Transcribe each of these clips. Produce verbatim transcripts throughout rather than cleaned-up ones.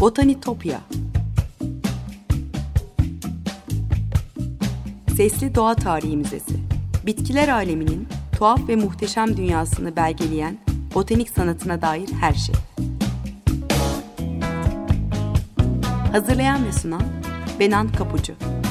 Botanitopya. Sesli Doğa Tarihi Müzesi. Bitkiler aleminin tuhaf ve muhteşem dünyasını belgeleyen botanik sanatına dair her şey. Hazırlayan ve sunan Benan Kapucu.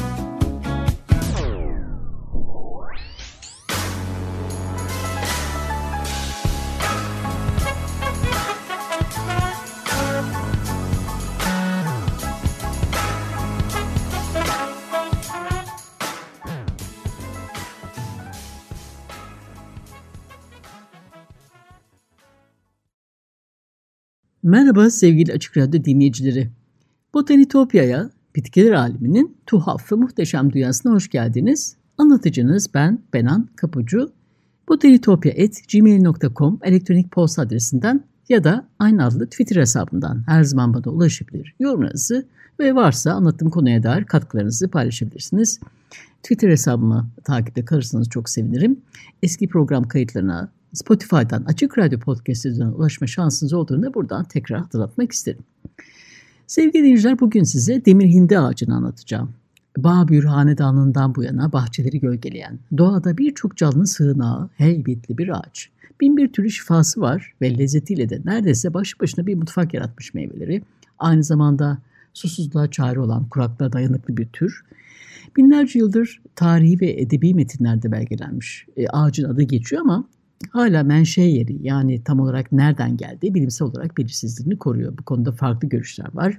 Merhaba sevgili Açık Radyo dinleyicileri. Botanitopya'ya, bitkiler aleminin tuhaf ve muhteşem dünyasına hoş geldiniz. Anlatıcınız ben Benan Kapucu. botanitopya at gmail nokta com elektronik posta adresinden ya da aynı adlı Twitter hesabından her zaman bana ulaşabilir. Yorumlarınızı ve varsa anlattığım konuya dair katkılarınızı paylaşabilirsiniz. Twitter hesabımı takipte kalırsanız çok sevinirim. Eski program kayıtlarına Spotify'dan Açık Radyo Podcast'ına ulaşma şansınız olduğunu buradan tekrar hatırlatmak isterim. Sevgili dinleyiciler, bugün size demir hindi ağacını anlatacağım. Babür Hanedanı'ndan bu yana bahçeleri gölgeleyen, doğada birçok canlı sığınağı, heybetli bir ağaç. Bin bir türlü şifası var ve lezzetiyle de neredeyse başlı başına bir mutfak yaratmış meyveleri. Aynı zamanda susuzluğa çare olan kuraklığa dayanıklı bir tür. Binlerce yıldır tarihi ve edebi metinlerde belgelenmiş. E, ağacın adı geçiyor ama hala menşe yeri, yani tam olarak nereden geldiği bilimsel olarak belirsizliğini koruyor. Bu konuda farklı görüşler var.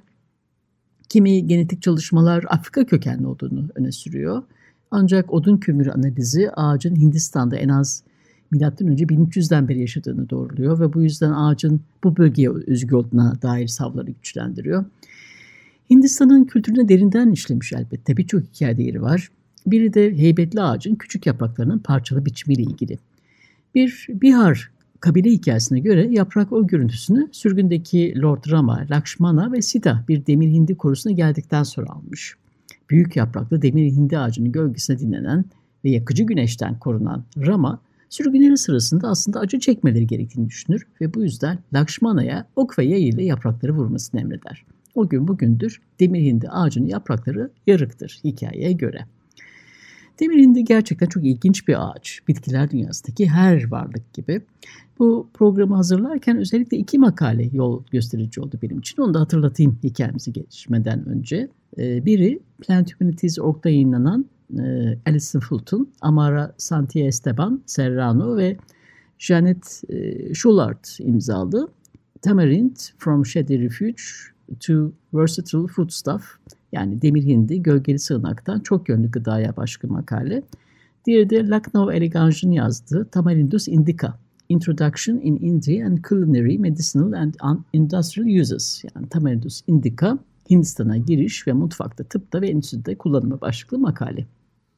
Kimi genetik çalışmalar Afrika kökenli olduğunu öne sürüyor. Ancak odun kömürü analizi ağacın Hindistan'da en az milattan önce bin üç yüzden beri yaşadığını doğruluyor ve bu yüzden ağacın bu bölgeye özgü olduğuna dair savları güçlendiriyor. Hindistan'ın kültürüne derinden işlemiş elbette. Birçok hikayede yeri var. Biri de heybetli ağacın küçük yapraklarının parçalı biçimiyle ilgili. Bir Bihar kabile hikayesine göre yaprak o görüntüsünü sürgündeki Lord Rama, Lakshmana ve Sita bir demir hindi korusuna geldikten sonra almış. Büyük yapraklı demir hindi ağacının gölgesine dinlenen ve yakıcı güneşten korunan Rama, sürgünleri sırasında aslında acı çekmeleri gerektiğini düşünür ve bu yüzden Lakshmana'ya ok ve yay ile yaprakları vurmasını emreder. O gün bugündür demir hindi ağacının yaprakları yarıktır hikayeye göre. Demir hindi gerçekten çok ilginç bir ağaç. Bitkiler dünyasındaki her varlık gibi. Bu programı hazırlarken özellikle iki makale yol gösterici oldu benim için. Onu da hatırlatayım hikayemizi geçmeden önce. Biri Plant Humanities nokta org'da yayınlanan Alison Fulton, Amara Santiesteban Serrano ve Janet Schullard imzalı Tamarind From Shady Refuge to Versatile Foodstuff, yani demir hindi gölgeli sığınaktan çok yönlü gıdaya başka makale. Diğeri de Lucknow Eleganj'ın yazdığı Tamarindus indica, Introduction in India and Culinary, Medicinal and Industrial Uses, yani Tamarindus indica, Hindistan'a giriş ve mutfakta, tıpta ve endüstride kullanımı başlıklı makale.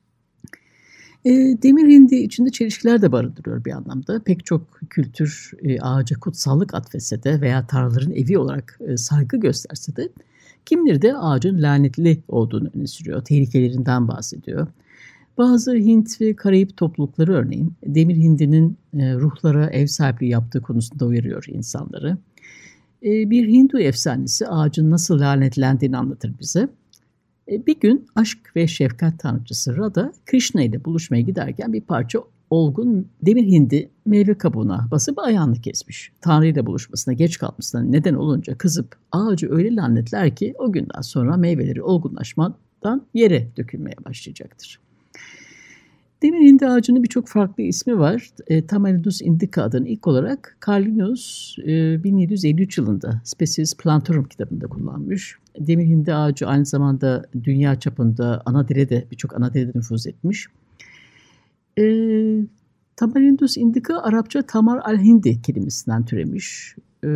E, demir hindi içinde çelişkiler de barındırıyor bir anlamda. Pek çok kültür e, ağaca kutsallık atfetse de veya tanrıların evi olarak e, saygı gösterse de kimileri de ağacın lanetli olduğunu öne sürüyor. Tehlikelerinden bahsediyor. Bazı Hint ve Karayip toplulukları örneğin demir hindinin e, ruhlara ev sahipliği yaptığı konusunda uyarıyor insanları. E, bir Hindu efsanesi ağacın nasıl lanetlendiğini anlatır bize. Bir gün aşk ve şefkat tanrıçısı Radha, Krishna ile buluşmaya giderken bir parça olgun demir hindi meyve kabuğuna basıp ayağını kesmiş. Tanrı ile buluşmasına geç kalmasına neden olunca kızıp ağacı öyle lanetler ki o günden sonra meyveleri olgunlaşmadan yere dökülmeye başlayacaktır. Demir hindi ağacının birçok farklı ismi var. E, Tamarindus indica adını ilk olarak Carl Linnaeus e, bin yedi yüz elli üç yılında Species Plantarum kitabında kullanmış. Demir hindi ağacı aynı zamanda dünya çapında ana dile de birçok ana dile de nüfuz etmiş. E, Tamarindus indica Arapça tamar al-hindi kelimesinden türemiş. E,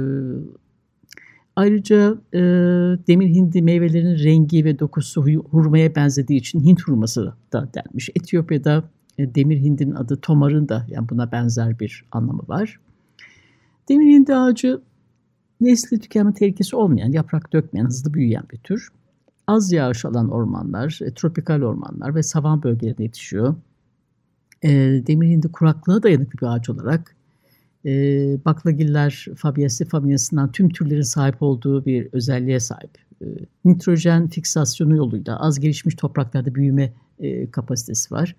ayrıca e, demir hindi meyvelerinin rengi ve dokusu hurmaya benzediği için Hint hurması da denmiş. Etiyopya'da e, demir hindinin adı tomarın da yani buna benzer bir anlamı var. Demir hindi ağacı nesli tükenme tehlikesi olmayan, yaprak dökmeyen, hızlı büyüyen bir tür. Az yağış alan ormanlar, e, tropikal ormanlar ve savan bölgelerinde yetişiyor. E, demir hindi kuraklığa dayanıklı bir ağaç olarak E, baklagiller Fabaceae familyasından tüm türlerin sahip olduğu bir özelliğe sahip. E, nitrojen fiksasyonu yoluyla az gelişmiş topraklarda büyüme e, kapasitesi var.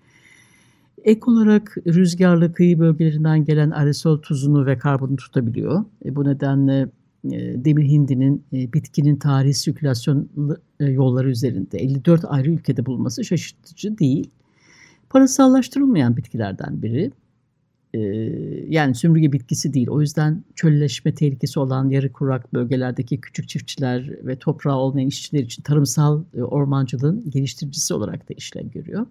Ek olarak rüzgarlı kıyı bölgelerinden gelen aerosol tuzunu ve karbonu tutabiliyor. E, bu nedenle e, demir hindinin e, bitkinin tarihi sirkülasyon e, yolları üzerinde elli dört ayrı ülkede bulunması şaşırtıcı değil. Parasallaştırılmayan bitkilerden biri. E, yani sömürge bitkisi değil. O yüzden çölleşme tehlikesi olan yarı kurak bölgelerdeki küçük çiftçiler ve toprağı olmayan işçiler için tarımsal e, ormancılığın geliştiricisi olarak da işlev görüyor.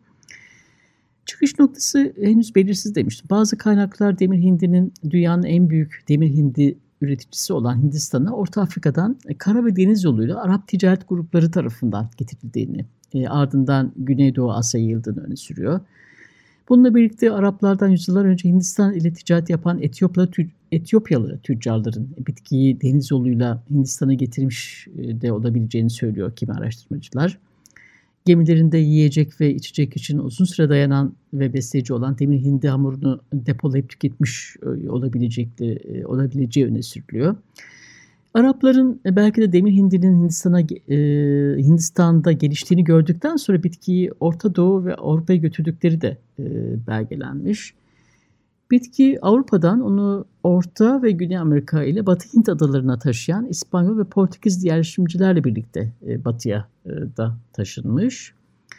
Çıkış noktası henüz belirsiz demiştim. Bazı kaynaklar demir hindinin dünyanın en büyük demir hindi üreticisi olan Hindistan'a Orta Afrika'dan kara ve deniz yoluyla Arap ticaret grupları tarafından getirildiğini, e, ardından Güneydoğu Asya'ya yayıldığını öne sürüyor. Bununla birlikte Araplardan yüzyıllar önce Hindistan ile ticaret yapan Etiyopyalı, tü, Etiyopyalı tüccarların bitkiyi deniz yoluyla Hindistan'a getirmiş de olabileceğini söylüyor kimi araştırmacılar. Gemilerinde yiyecek ve içecek için uzun süre dayanan ve besleyici olan demir hindi hamurunu depolayıp tüketmiş olabilecekleri, olabileceği öne sürülüyor. Arapların belki de demir hindinin Hindistan'a, e, Hindistan'da geliştiğini gördükten sonra bitkiyi Orta Doğu ve Avrupa'ya götürdükleri de e, belgelenmiş. Bitki Avrupa'dan onu Orta ve Güney Amerika ile Batı Hint adalarına taşıyan İspanyol ve Portekiz yerleşimcilerle birlikte e, batıya e, da taşınmış.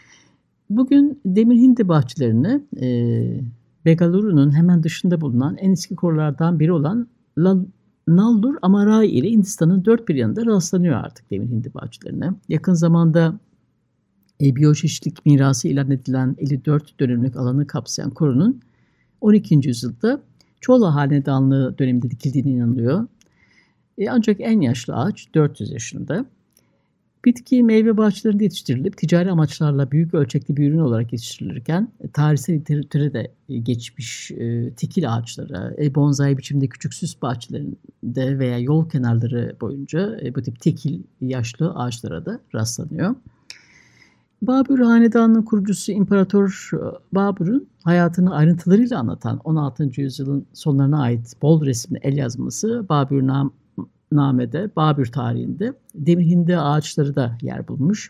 Bugün demir hindi bahçelerine e, Bengaluru'nun hemen dışında bulunan en eski korulardan biri olan La Nallur Amarai ile Hindistan'ın dört bir yanında rastlanıyor artık demir hindi bahçelerine. Yakın zamanda e, biyoçeşitlilik mirası ilan edilen elli dört dönümlük alanı kapsayan korunun on ikinci yüzyılda Çola Hanedanlığı döneminde dikildiğine inanılıyor. E, ancak en yaşlı ağaç dört yüz yaşında. Bitki meyve bahçelerinde yetiştirilip ticari amaçlarla büyük ölçekli bir ürün olarak yetiştirilirken e, tarihsel literatüre de e, geçmiş e, tekil ağaçlara, e, bonsai biçimde küçük süs bahçelerinde veya yol kenarları boyunca e, bu tip tekil yaşlı ağaçlara da rastlanıyor. Babür Hanedanı'nın kurucusu İmparator Babür'ün hayatını ayrıntılarıyla anlatan on altıncı yüzyılın sonlarına ait bol resimli el yazması Babürname'de, Babür tarihinde demir hindi ağaçları da yer bulmuş.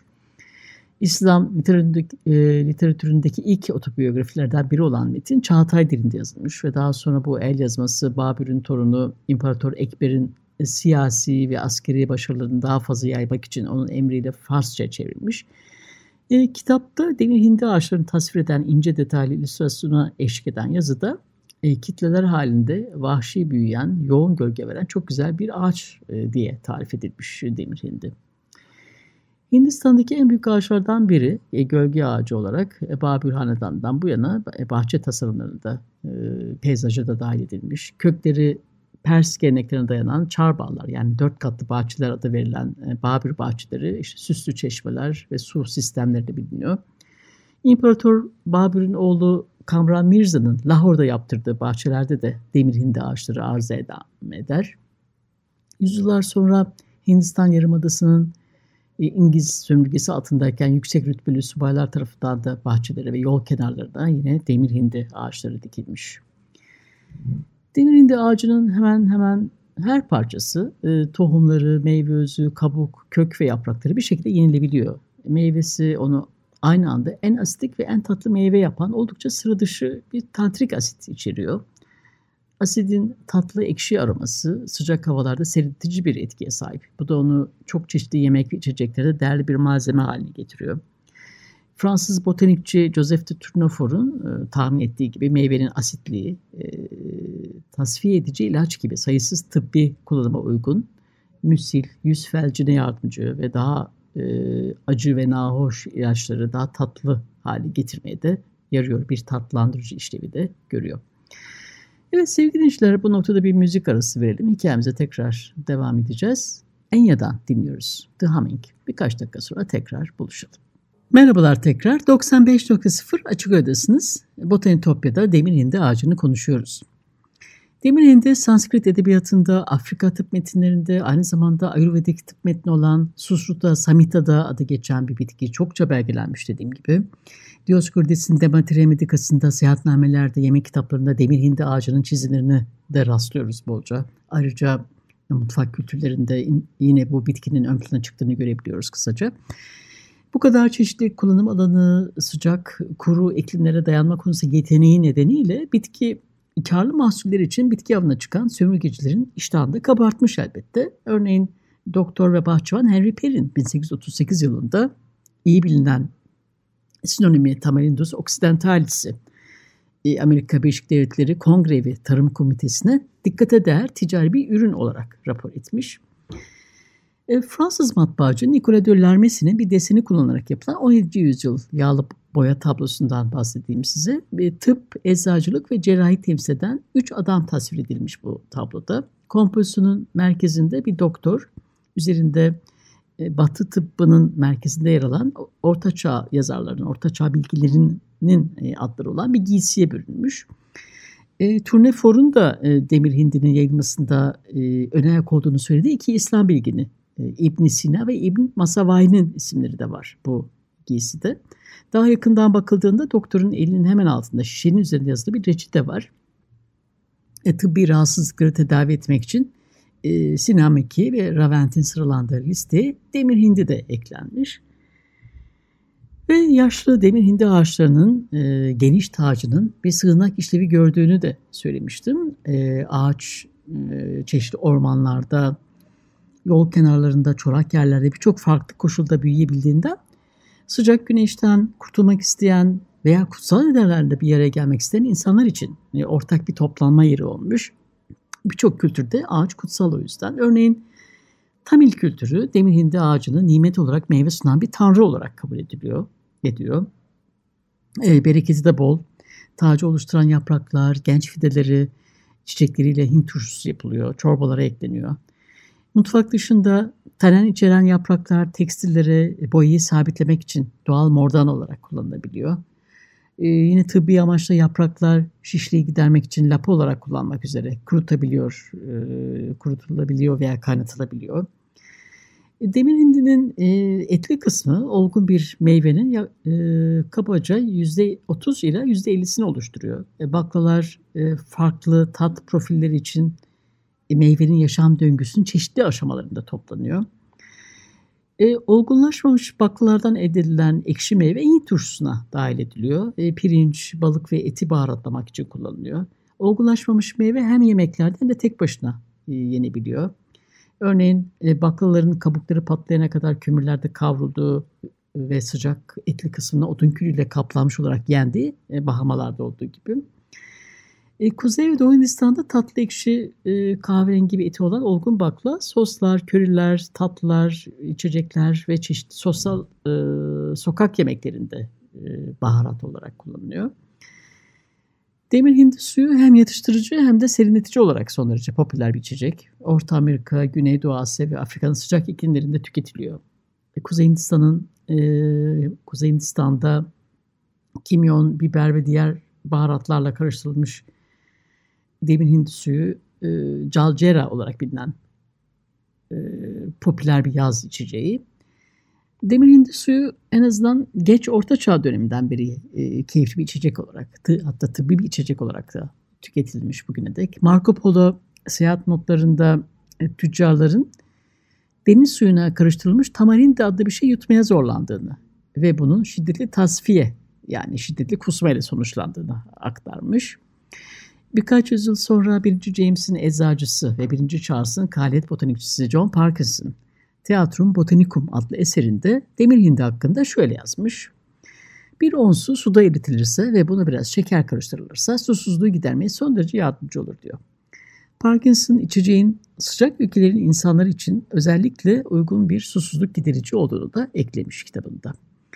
İslam literatüründeki, e, literatüründeki ilk otobiyografilerden biri olan metin Çağatay dilinde yazılmış ve daha sonra bu el yazması Babür'ün torunu İmparator Ekber'in siyasi ve askeri başarılarını daha fazla yaymak için onun emriyle Farsça çevrilmiş. E, kitapta demir hindi ağaçlarını tasvir eden ince detaylı illüstrasyona eşlik eden yazıda e, kitleler halinde vahşi büyüyen, yoğun gölge veren çok güzel bir ağaç e, diye tarif edilmiş demir hindi. Hindistan'daki en büyük ağaçlardan biri e, gölge ağacı olarak e, Babür Hanedanı'ndan bu yana e, bahçe tasarımlarında, e, peyzaja da dahil edilmiş. Kökleri Pers geleneklerine dayanan çarbağlar yani dört katlı bahçeler adı verilen e, Babür bahçeleri, işte süslü çeşmeler ve su sistemleri de biliniyor. İmparator Babür'ün oğlu Kamran Mirza'nın Lahor'da yaptırdığı bahçelerde de demir hindi ağaçları arıza eder. Yüzyıllar sonra Hindistan Yarımadası'nın e, İngiliz sömürgesi altındayken yüksek rütbeli subaylar tarafından da bahçelere ve yol kenarlarına yine demir hindi ağaçları dikilmiş. Demir hindi ağacının hemen hemen her parçası, e, tohumları, meyve özü, kabuk, kök ve yaprakları bir şekilde yenilebiliyor. Meyvesi onu aynı anda en asitik ve en tatlı meyve yapan oldukça sıra dışı bir tantrik asit içeriyor. Asidin tatlı ekşi aroması sıcak havalarda serinletici bir etkiye sahip. Bu da onu çok çeşitli yemek ve içeceklerde değerli bir malzeme haline getiriyor. Fransız botanikçi Joseph de Tournefort'un e, tahmin ettiği gibi meyvenin asitliği e, tasfiye edici ilaç gibi sayısız tıbbi kullanıma uygun, müsil, yüz felcine yardımcı ve daha e, acı ve nahoş ilaçları daha tatlı hale getirmeye de yarıyor. Bir tatlandırıcı işlevi de görüyor. Evet sevgili dinleyiciler, bu noktada bir müzik arası verelim. Hikayemize tekrar devam edeceğiz. Enya'dan dinliyoruz. The Humming. Birkaç dakika sonra tekrar buluşalım. Merhabalar tekrar. doksan beş nokta sıfır Açık Radyo'dasınız. Botanitopya'da demir hindi ağacını konuşuyoruz. Demir hindi Sanskrit edebiyatında, Afrika tıp metinlerinde, aynı zamanda Ayurvedik tıp metni olan Susruta Samhita'da adı geçen bir bitki. Çokça belgelenmiş dediğim gibi. Dioscordes'in De Materia Medica'sında, seyahatnamelerde, yemek kitaplarında demir hindi ağacının çizimlerini de rastlıyoruz bolca. Ayrıca mutfak kültürlerinde yine bu bitkinin ön plana çıktığını görebiliyoruz kısaca. Bu kadar çeşitli kullanım alanı, sıcak, kuru iklimlere dayanma konusu yeteneği nedeniyle bitki karlı mahsuller için bitki avına çıkan sömürgecilerin iştahını da kabartmış elbette. Örneğin doktor ve bahçıvan Henry Perrin bin sekiz yüz otuz sekiz yılında iyi bilinen sinonimi Tamarindus occidentalis'i Amerika Birleşik Devletleri Kongre ve Tarım Komitesi'ne dikkate değer ticari bir ürün olarak rapor etmiş. E, Fransız matbaacı Nicolas de L'Hermes'in bir deseni kullanarak yapılan on yedinci yüzyıl yağlı boya tablosundan bahsedeyim size. E, tıp, eczacılık ve cerrahi temsil eden üç adam tasvir edilmiş bu tabloda. Kompozisyonun merkezinde bir doktor, üzerinde e, Batı tıbbının merkezinde yer alan Ortaçağ yazarlarının, Ortaçağ bilgilerinin e, adları olan bir giysiye bürünmüş. E, Tournefort'un da e, demir hindinin yayılmasında e, öne ayak olduğunu söylediği iki İslam bilgini, e, İbn Sina ve İbn Masavay'ın isimleri de var bu giyside. Daha yakından bakıldığında doktorun elinin hemen altında şişenin üzerinde yazılı bir reçete var. E, tıbbi rahatsızlıkları tedavi etmek için e, Sinameki ve Ravent'in sıralandığı listeye demir hindi de eklenmiş. Ve yaşlı demir hindi ağaçlarının e, geniş tacının bir sığınak işlevi gördüğünü de söylemiştim. E, ağaç e, çeşitli ormanlarda, yol kenarlarında, çorak yerlerde birçok farklı koşulda büyüyebildiğinden sıcak güneşten kurtulmak isteyen veya kutsal nedenlerle bir yere gelmek isteyen insanlar için e, ortak bir toplanma yeri olmuş. Birçok kültürde ağaç kutsal o yüzden. Örneğin Tamil kültürü demir hindi ağacını nimet olarak meyve sunan bir tanrı olarak kabul ediliyor. ediyor. E, bereketi de bol. Tacı oluşturan yapraklar, genç fideleri, çiçekleriyle Hint turşusu yapılıyor. Çorbalara ekleniyor. Mutfak dışında tanen içeren yapraklar tekstillere boyayı sabitlemek için doğal mordan olarak kullanılabiliyor. Ee, yine tıbbi amaçla yapraklar şişliği gidermek için lapa olarak kullanmak üzere kurutabiliyor, e, kurutulabiliyor veya kaynatılabiliyor. Demir hindinin e, etli kısmı olgun bir meyvenin e, kabaca yüzde otuz ile yüzde ellisini oluşturuyor. E, baklalar e, farklı tat profilleri için e, meyvenin yaşam döngüsünün çeşitli aşamalarında toplanıyor. E, olgunlaşmamış baklalardan elde edilen ekşi meyve Hint turşusuna dahil ediliyor. E, pirinç, balık ve eti baharatlamak için kullanılıyor. Olgunlaşmamış meyve hem yemeklerde hem de tek başına e, yenebiliyor. Örneğin e, baklaların kabukları patlayana kadar kömürlerde kavrulduğu ve sıcak etli kısmına odun külüyle kaplanmış olarak yendiği e, bahamalarda olduğu gibi. E, Kuzey ve Doğu Hindistan'da tatlı ekşi e, kahverengi bir eti olan olgun bakla, soslar, köriler, tatlılar, içecekler ve çeşitli sosyal e, sokak yemeklerinde e, baharat olarak kullanılıyor. Demir hindi suyu hem yatıştırıcı hem de serinletici olarak son derece popüler bir içecek. Orta Amerika, Güneydoğu Asya ve Afrika'nın sıcak iklimlerinde tüketiliyor. E, Kuzey Hindistan'ın e, Kuzey Hindistan'da kimyon, biber ve diğer baharatlarla karıştırılmış demir hindi suyu e, calcera olarak bilinen e, popüler bir yaz içeceği. Demir hindi suyu en azından geç Orta Çağ döneminden beri e, keyifli bir içecek olarak, tı, hatta tıbbi bir içecek olarak da tüketilmiş bugüne dek. Marco Polo seyahat notlarında e, tüccarların deniz suyuna karıştırılmış tamarindi adlı bir şey yutmaya zorlandığını ve bunun şiddetli tasfiye, yani şiddetli kusma ile sonuçlandığını aktarmış. Birkaç yüzyıl sonra birinci James'in eczacısı ve birinci Charles'ın kraliyet botanikçisi John Parkinson, Theatrum Botanicum adlı eserinde demir hindi hakkında şöyle yazmış. Bir onsu suda eritilirse ve buna biraz şeker karıştırılırsa susuzluğu gidermeye son derece yardımcı olur diyor. Parkinson içeceğin sıcak ülkelerin insanları için özellikle uygun bir susuzluk giderici olduğunu da eklemiş kitabında.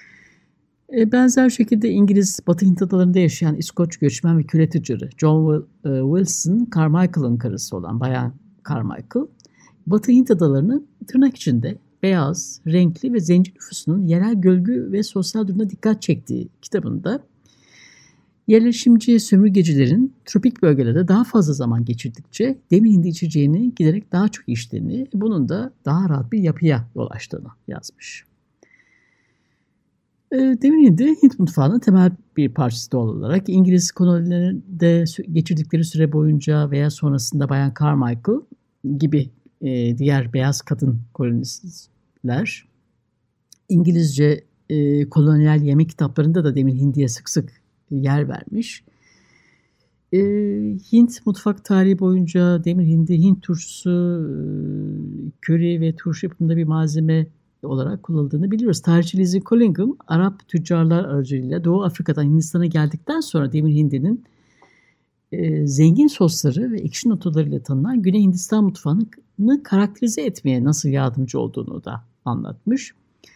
Benzer şekilde İngiliz Batı Hint adalarında yaşayan İskoç göçmen ve küre tüccarı John Wilson Carmichael'ın karısı olan Bayan Carmichael, Batı Hint adalarını tırnak içinde beyaz, renkli ve zenci nüfusunun yerel gölgü ve sosyal durumuna dikkat çektiği kitabında yerleşimci sömürgecilerin tropik bölgelerde daha fazla zaman geçirdikçe demir hindi içeceğini giderek daha çok içtiğini, bunun da daha rahat bir yapıya yol açtığını yazmış. Demir Hindi, Hint mutfağının temel bir parçası doğal olarak. İngiliz kolonilerinde geçirdikleri süre boyunca veya sonrasında Bayan Carmichael gibi e, diğer beyaz kadın kolonistler İngilizce e, kolonyal yemek kitaplarında da Demir Hindi'ye sık sık yer vermiş. E, Hint mutfak tarihi boyunca Demir Hindi, Hint turşusu, e, köri ve turşu yapımında bir malzeme olarak kullanıldığını biliyoruz. Tarihçi Lizzie Collingham, Arap tüccarlar aracılığıyla Doğu Afrika'dan Hindistan'a geldikten sonra Demir Hindi'nin e, zengin sosları ve ekşi notalarıyla tanınan Güney Hindistan mutfağını karakterize etmeye nasıl yardımcı olduğunu da anlatmış.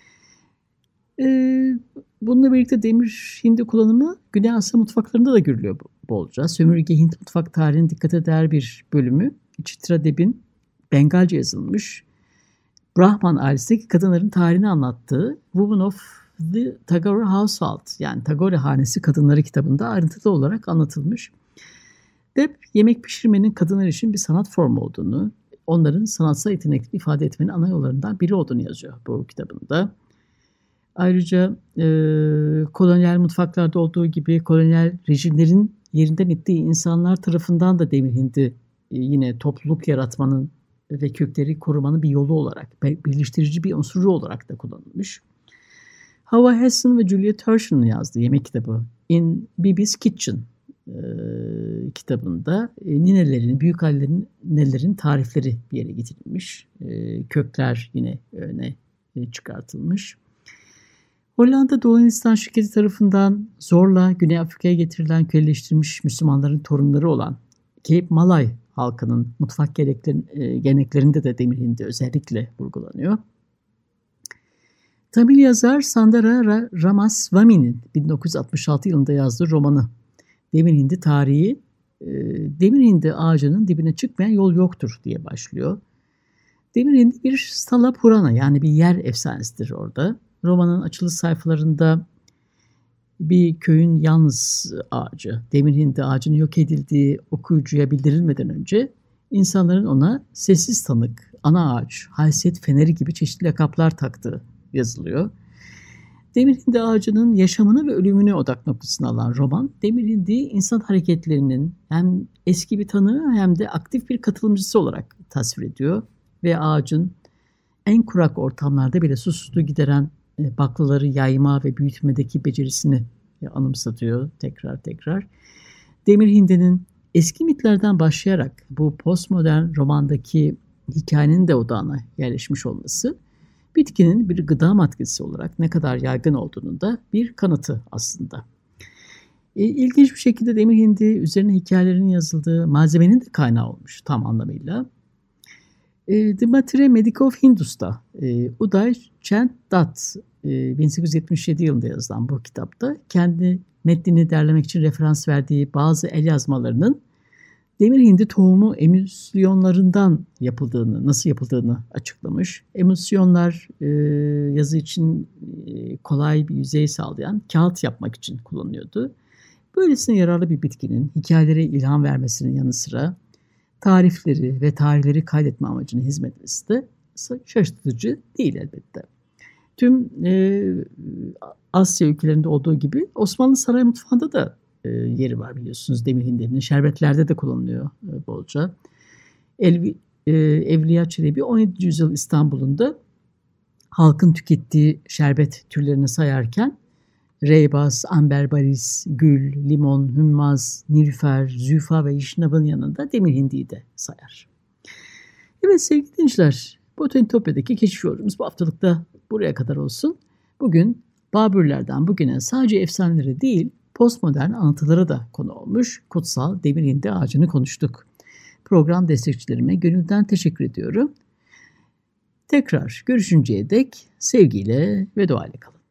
E, bununla birlikte Demir Hindi kullanımı Güney Asya mutfaklarında da görülüyor bolca. Sömürge Hint mutfak tarihinin dikkate değer bir bölümü Chitra Deb'in Bengalce yazılmış Brahman ailesindeki kadınların tarihini anlattığı Women of the Tagore Household, yani Tagore Hanesi Kadınları kitabında ayrıntılı olarak anlatılmış. Deb, yemek pişirmenin kadınlar için bir sanat formu olduğunu, onların sanatsal yetenekli ifade etmenin ana yollarından biri olduğunu yazıyor bu kitabında. Ayrıca e, kolonyal mutfaklarda olduğu gibi kolonyal rejimlerin yerinden ettiği insanlar tarafından da Demir Hindi e, yine topluluk yaratmanın ve kökleri korumanın bir yolu olarak, birleştirici bir unsuru olarak da kullanılmış. Hava Heston ve Juliet Hirsch'ın yazdığı yemek kitabı In Bibi's Kitchen e, kitabında e, ninelerin, büyük annelerin, ninelerin tarifleri bir yere getirilmiş. E, kökler yine öne e, çıkartılmış. Hollanda Doğu Hindistan şirketi tarafından zorla Güney Afrika'ya getirilen köleleştirilmiş Müslümanların torunları olan Cape Malay halkının mutfak geleneklerinde de Demir Hindi özellikle vurgulanıyor. Tamil yazar Sandara Ramaswamy'nin bin dokuz yüz altmış altı yılında yazdığı romanı Demir Hindi tarihi, Demir Hindi ağacının dibine çıkmayan yol yoktur diye başlıyor. Demir Hindi bir Stala Purana, yani bir yer efsanesidir orada. Romanın açılış sayfalarında bir köyün yalnız ağacı, Demir Hindi ağacının yok edildiği okuyucuya bildirilmeden önce insanların ona sessiz tanık, ana ağaç, haysiyet feneri gibi çeşitli lakaplar taktığı yazılıyor. Demir Hindi ağacının yaşamını ve ölümünü odak noktasına alan roman, Demir Hindi insan hareketlerinin hem eski bir tanığı hem de aktif bir katılımcısı olarak tasvir ediyor ve ağacın en kurak ortamlarda bile susuzluğu gideren baklaları yayma ve büyütmedeki becerisini anımsatıyor tekrar tekrar. Demir Hindi'nin eski mitlerden başlayarak bu postmodern romandaki hikayenin de odağına yerleşmiş olması, bitkinin bir gıda maddesi olarak ne kadar yaygın olduğunun da bir kanıtı aslında. E, ilginç bir şekilde Demir Hindi üzerine hikayelerin yazıldığı malzemenin de kaynağı olmuş tam anlamıyla. E, The Matre Medica of Hindus'ta e, Uday Chand Dutt e, bin sekiz yüz yetmiş yedi yılında yazılan bu kitapta kendi metnini derlemek için referans verdiği bazı el yazmalarının Demir Hindi tohumu emülsiyonlarından yapıldığını, nasıl yapıldığını açıklamış. Emülsiyonlar e, yazı için e, kolay bir yüzey sağlayan kağıt yapmak için kullanılıyordu. Böylesine yararlı bir bitkinin hikayelere ilham vermesinin yanı sıra tarifleri ve tarihleri kaydetme amacına hizmet etmesi de şaşırtıcı değil elbette. Tüm e, Asya ülkelerinde olduğu gibi Osmanlı saray mutfağında da e, yeri var biliyorsunuz Demir Hindi'nin. Şerbetlerde de kullanılıyor e, bolca. Elvi, e, Evliya Çelebi on yedinci yüzyıl İstanbul'unda halkın tükettiği şerbet türlerini sayarken reybaz, amberbaris, gül, limon, hümmaz, nilüfer, züfa ve işnabın yanında Demir Hindi'yi de sayar. Evet sevgili dinleyiciler, Botanitopya'daki keşif yolculuğumuz bu haftalıkta buraya kadar olsun. Bugün Babürlerden bugüne sadece efsanelere değil, postmodern anlatılara da konu olmuş kutsal Demir Hindi ağacını konuştuk. Program destekçilerime gönülden teşekkür ediyorum. Tekrar görüşünceye dek sevgiyle ve duayla kalın.